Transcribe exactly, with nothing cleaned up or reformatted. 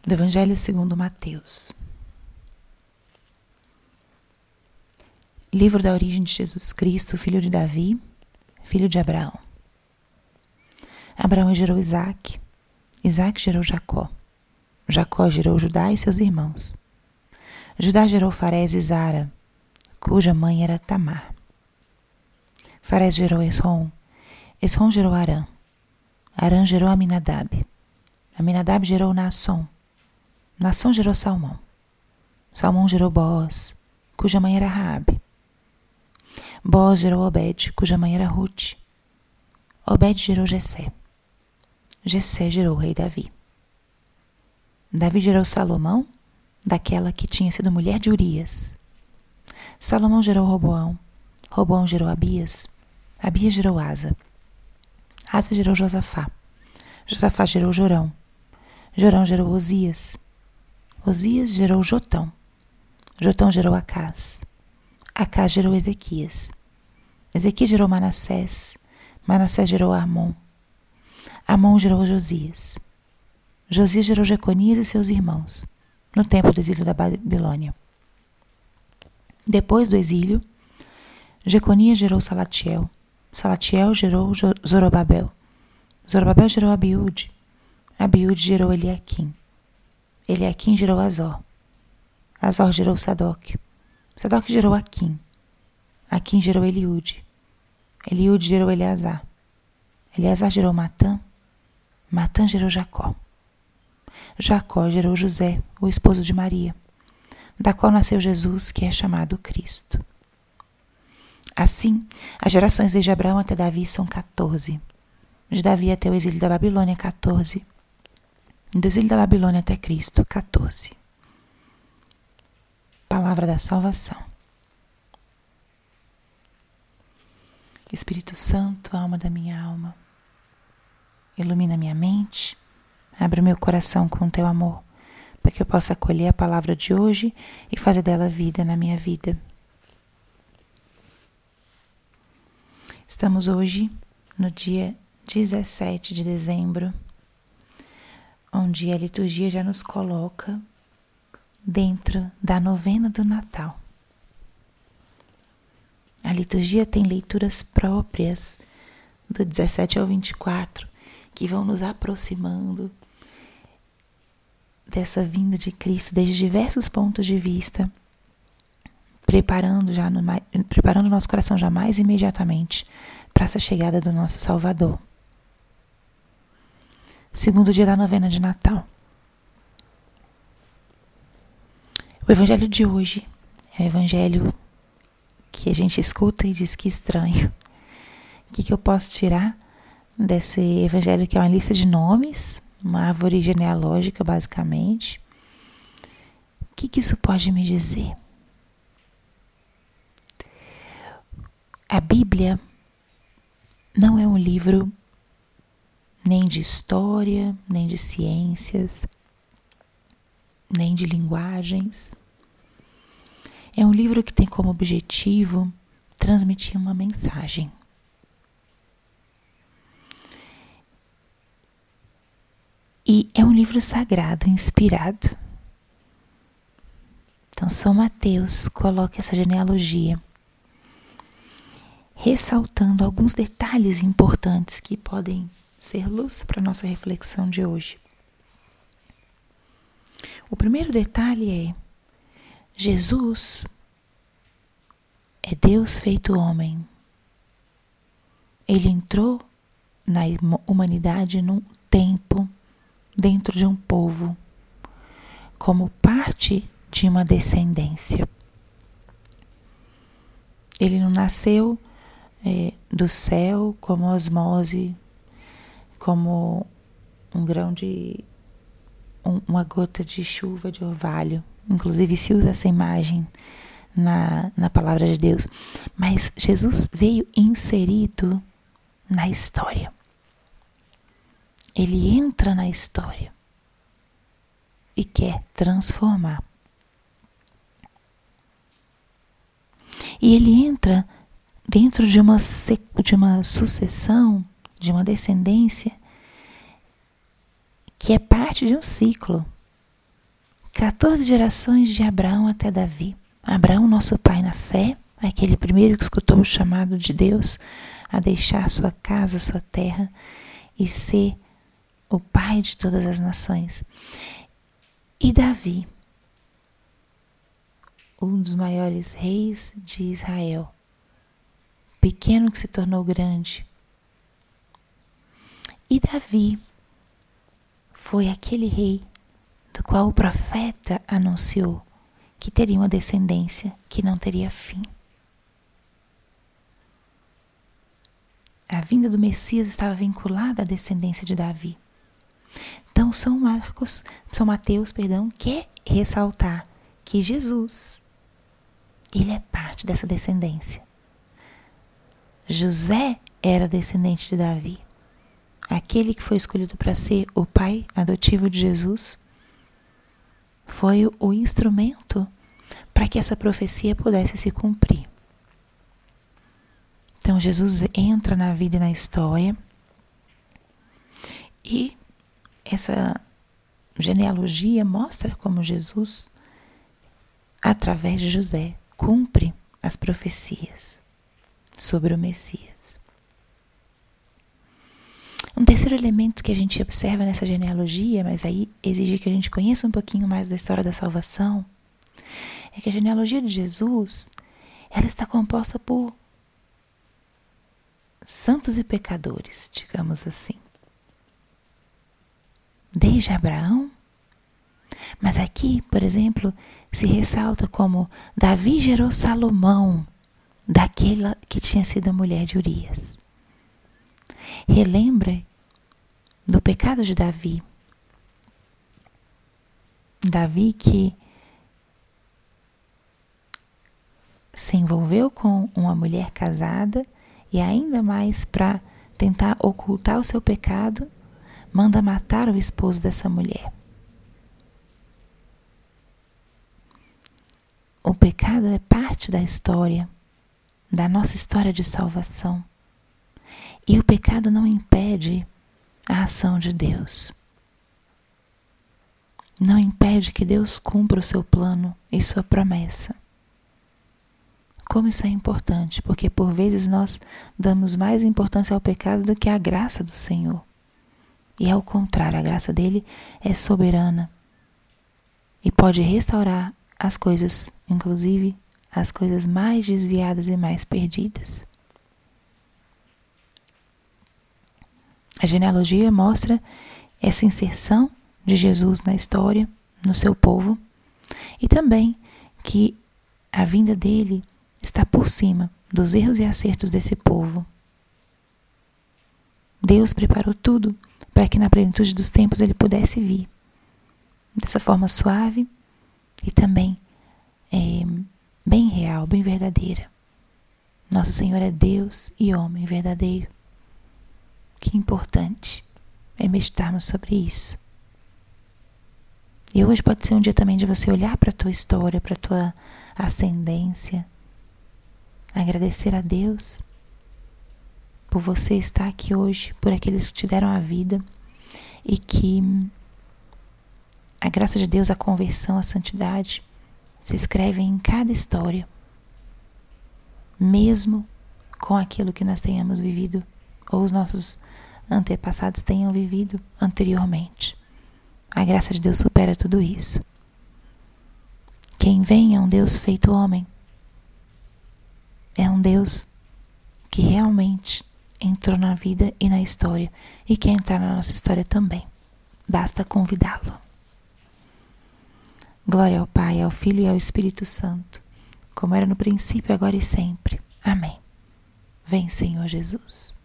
do Evangelho segundo Mateus. Livro da origem de Jesus Cristo, filho de Davi, filho de Abraão. Abraão gerou Isaque, Isaque gerou Jacó, Jacó gerou Judá e seus irmãos. Judá gerou Farés e Zara, cuja mãe era Tamar. Farés gerou Esrom, Esrom gerou Arã, Arã gerou Aminadab, Aminadab gerou Naasson, Naasson gerou Salmão, Salmão gerou Boaz, cuja mãe era Raabe. Boaz gerou Obed, cuja mãe era Rute. Obed gerou Jessé, Jessé gerou o rei Davi. Davi gerou Salomão, daquela que tinha sido mulher de Urias. Salomão gerou Roboão, Roboão gerou Abias, Abias gerou Asa, Asa gerou Josafá, Josafá gerou Jorão, Jorão gerou Osias, Osias gerou Jotão, Jotão gerou Acás, Acás gerou Ezequias, Ezequias gerou Manassés, Manassés gerou Amon, Amon gerou Josias, Josias gerou Jeconias e seus irmãos, no tempo do exílio da Babilônia. Depois do exílio, Jeconias gerou Salatiel, Salatiel gerou Zorobabel, Zorobabel gerou Abiúde, Abiúde gerou Eliaquim, Eliaquim gerou Azor, Azor gerou Sadoc, Sadoc gerou Aquim, Aquim gerou Eliúde, Eliúde gerou Eleazar, Eleazar gerou Matã, Matã gerou Jacó, Jacó gerou José, o esposo de Maria, da qual nasceu Jesus, que é chamado Cristo. Assim, as gerações desde Abraão até Davi são quatorze. De Davi até o exílio da Babilônia, quatorze. Do exílio da Babilônia até Cristo, quatorze. Palavra da salvação. Espírito Santo, alma da minha alma, ilumina minha mente, abre meu coração com teu amor, para que eu possa acolher a palavra de hoje e fazer dela vida na minha vida. Estamos hoje no dia dezessete de dezembro, onde a liturgia já nos coloca dentro da novena do Natal. A liturgia tem leituras próprias do dezessete ao vinte e quatro, que vão nos aproximando dessa vinda de Cristo desde diversos pontos de vista, preparando já no, preparando nosso coração já mais imediatamente para essa chegada do nosso Salvador. Segundo dia da novena de Natal. O evangelho de hoje é o evangelho que a gente escuta e diz que estranho. O que, que eu posso tirar desse evangelho, que é uma lista de nomes, uma árvore genealógica, basicamente? O que, que isso pode me dizer? A Bíblia não é um livro nem de história, nem de ciências, nem de linguagens. É um livro que tem como objetivo transmitir uma mensagem. E é um livro sagrado, inspirado. Então, São Mateus coloca essa genealogia, ressaltando alguns detalhes importantes que podem ser luz para a nossa reflexão de hoje. O primeiro detalhe é: Jesus é Deus feito homem. Ele entrou na humanidade num tempo, dentro de um povo, como parte de uma descendência. Ele não nasceu é, do céu como osmose, como um grão de um, uma gota de chuva de orvalho. Inclusive se usa essa imagem na, na palavra de Deus. Mas Jesus veio inserido na história. Ele entra na história e quer transformar. E ele entra dentro de uma, de uma sucessão, de uma descendência que é parte de um ciclo. quatorze gerações de Abraão até Davi. Abraão, nosso pai na fé, aquele primeiro que escutou o chamado de Deus a deixar sua casa, sua terra e ser o pai de todas as nações. E Davi, um dos maiores reis de Israel, pequeno que se tornou grande. E Davi foi aquele rei do qual o profeta anunciou que teria uma descendência que não teria fim. A vinda do Messias estava vinculada à descendência de Davi. Então São Marcos, São Mateus, perdão, quer ressaltar que Jesus, ele é parte dessa descendência. José era descendente de Davi. Aquele que foi escolhido para ser o pai adotivo de Jesus foi o instrumento para que essa profecia pudesse se cumprir. Então Jesus entra na vida e na história e essa genealogia mostra como Jesus, através de José, cumpre as profecias sobre o Messias. Um terceiro elemento que a gente observa nessa genealogia, mas aí exige que a gente conheça um pouquinho mais da história da salvação, é que a genealogia de Jesus, ela está composta por santos e pecadores, digamos assim. Desde Abraão, mas aqui, por exemplo, se ressalta como Davi gerou Salomão, daquela que tinha sido a mulher de Urias. Relembra do pecado de Davi. Davi que se envolveu com uma mulher casada e ainda mais para tentar ocultar o seu pecado, manda matar o esposo dessa mulher. O pecado é parte da história, da nossa história de salvação. E o pecado não impede a ação de Deus. Não impede que Deus cumpra o seu plano e sua promessa. Como isso é importante, porque por vezes nós damos mais importância ao pecado do que à graça do Senhor. E ao contrário, a graça dele é soberana e pode restaurar as coisas, inclusive as coisas mais desviadas e mais perdidas. A genealogia mostra essa inserção de Jesus na história, no seu povo, e também que a vinda dele está por cima dos erros e acertos desse povo. Deus preparou tudo para que na plenitude dos tempos ele pudesse vir, dessa forma suave e também é, bem real, bem verdadeira. Nosso Senhor é Deus e homem verdadeiro. Que importante é meditarmos sobre isso. E hoje pode ser um dia também de você olhar para a tua história, para a tua ascendência, agradecer a Deus por você estar aqui hoje, por aqueles que te deram a vida e que a graça de Deus, a conversão, a santidade se escrevem em cada história, mesmo com aquilo que nós tenhamos vivido ou os nossos antepassados tenham vivido anteriormente. A graça de Deus supera tudo isso. Quem vem é um Deus feito homem. É um Deus que realmente entrou na vida e na história e quer entrar na nossa história também. Basta convidá-lo. Glória ao Pai, ao Filho e ao Espírito Santo, como era no princípio, agora e sempre. Amém. Vem, Senhor Jesus.